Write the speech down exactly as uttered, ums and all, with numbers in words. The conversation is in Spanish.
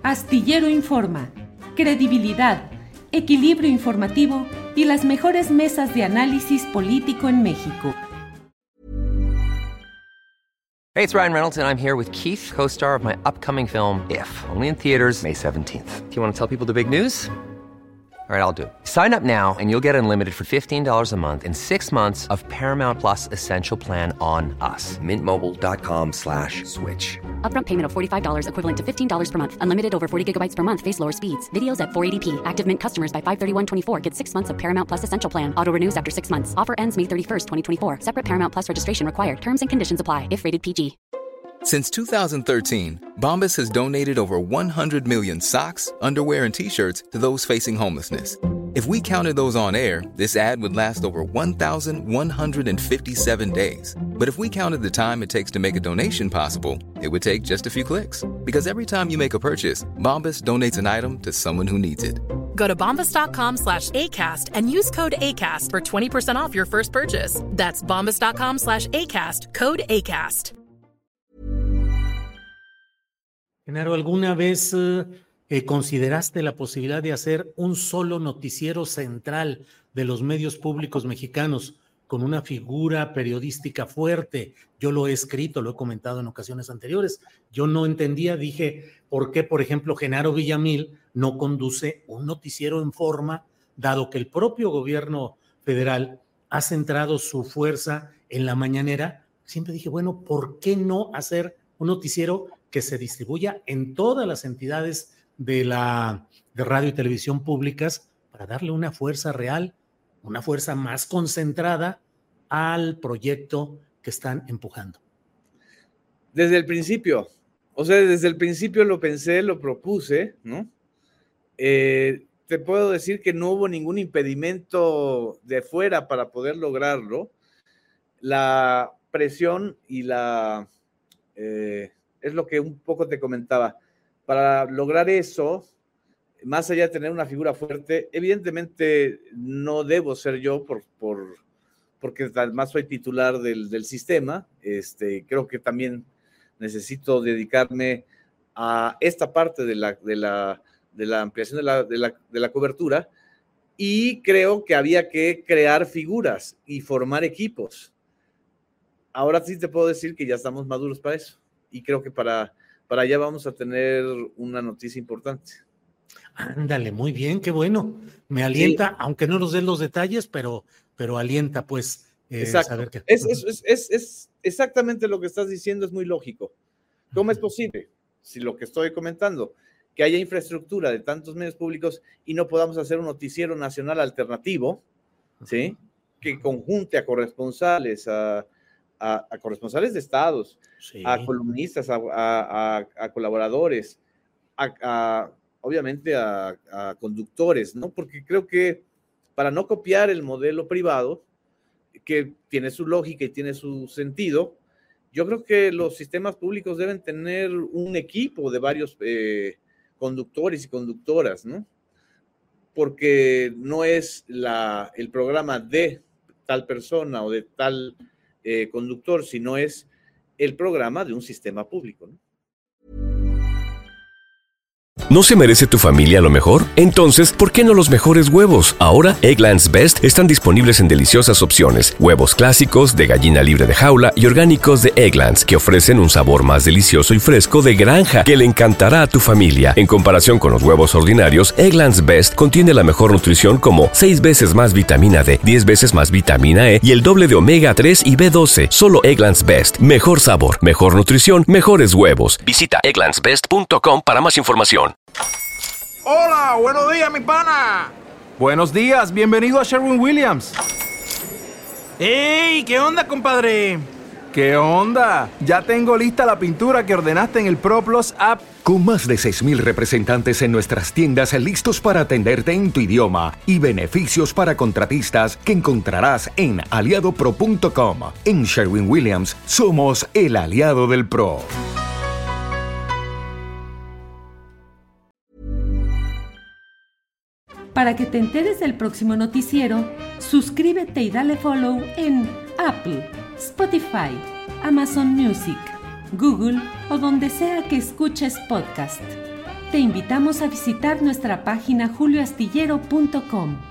Astillero Informa, credibilidad, equilibrio informativo y las mejores mesas de análisis político en México. Hey, it's Ryan Reynolds, and I'm here with Keith, co-star of my upcoming film, If, only in theaters May seventeenth. Do you want to tell people the big news? All right, I'll do it. Sign up now and you'll get unlimited for fifteen dollars a month and six months of Paramount Plus Essential Plan on us. Mint Mobile dot com slash switch. Upfront payment of forty-five dollars equivalent to fifteen dollars per month. Unlimited over forty gigabytes per month. Face lower speeds. Videos at four eighty p. Active Mint customers by five thirty-one twenty-four get six months of Paramount Plus Essential Plan. Auto renews after six months. Offer ends May thirty-first, twenty twenty-four. Separate Paramount Plus registration required. Terms and conditions apply if rated P G. Since two thousand thirteen, Bombas has donated over one hundred million socks, underwear, and T-shirts to those facing homelessness. If we counted those on air, this ad would last over one thousand one hundred fifty-seven days. But if we counted the time it takes to make a donation possible, it would take just a few clicks. Because every time you make a purchase, Bombas donates an item to someone who needs it. Go to bombas.com slash ACAST and use code ACAST for twenty percent off your first purchase. That's bombas.com slash ACAST, code ACAST. Genaro, ¿alguna vez eh, eh, consideraste la posibilidad de hacer un solo noticiero central de los medios públicos mexicanos con una figura periodística fuerte? Yo lo he escrito, lo he comentado en ocasiones anteriores. Yo no entendía, dije, ¿por qué, por ejemplo, Genaro Villamil no conduce un noticiero en forma, dado que el propio gobierno federal ha centrado su fuerza en la mañanera? Siempre dije, bueno, ¿por qué no hacer un noticiero que se distribuya en todas las entidades de la de radio y televisión públicas para darle una fuerza real, una fuerza más concentrada al proyecto que están empujando? Desde el principio, o sea, desde el principio lo pensé, lo propuse, ¿no? Eh, te puedo decir que no hubo ningún impedimento de fuera para poder lograrlo. La presión y la... Eh, es lo que un poco te comentaba. Para lograr eso, más allá de tener una figura fuerte, evidentemente no debo ser yo por, por, porque además soy titular del, del sistema. Este, creo que también necesito dedicarme a esta parte de la, de la, de la ampliación de la, de, la, de la cobertura, y creo que había que crear figuras y formar equipos. Ahora sí te puedo decir que ya estamos maduros para eso. Y creo que para, para allá vamos a tener una noticia importante. Ándale, muy bien, qué bueno. Me alienta, sí, aunque no nos den los detalles, pero, pero alienta, pues, eh, saber que... Es, es, es, es, es exactamente lo que estás diciendo, es muy lógico. ¿Cómo es posible, si lo que estoy comentando, que haya infraestructura de tantos medios públicos y no podamos hacer un noticiero nacional alternativo, ¿sí? Que conjunte a corresponsales, a... A, a corresponsales de estados, sí, a columnistas, a, a, a colaboradores, a, a, obviamente a, a conductores, ¿no? Porque creo que para no copiar el modelo privado, que tiene su lógica y tiene su sentido, yo creo que los sistemas públicos deben tener un equipo de varios eh, conductores y conductoras, ¿no? Porque no es la, el programa de tal persona o de tal Eh, conductor, sino es el programa de un sistema público, ¿no? ¿No se merece tu familia lo mejor? Entonces, ¿por qué no los mejores huevos? Ahora, Eggland's Best están disponibles en deliciosas opciones. Huevos clásicos, de gallina libre de jaula y orgánicos de Eggland's, que ofrecen un sabor más delicioso y fresco de granja que le encantará a tu familia. En comparación con los huevos ordinarios, Eggland's Best contiene la mejor nutrición, como seis veces más vitamina D, diez veces más vitamina E y el doble de omega tres y B doce. Solo Eggland's Best. Mejor sabor, mejor nutrición, mejores huevos. Visita egglands best punto com para más información. Hola, buenos días, mi pana. Buenos días, bienvenido a Sherwin-Williams. ¡Ey! ¿Qué onda, compadre? ¿Qué onda? Ya tengo lista la pintura que ordenaste en el ProPlus app. Con más de seis mil representantes en nuestras tiendas listos para atenderte en tu idioma y beneficios para contratistas que encontrarás en aliado pro punto com. En Sherwin-Williams somos el aliado del pro. Para que te enteres del próximo noticiero, suscríbete y dale follow en Apple, Spotify, Amazon Music, Google o donde sea que escuches podcast. te invitamos a visitar nuestra página julio astillero punto com.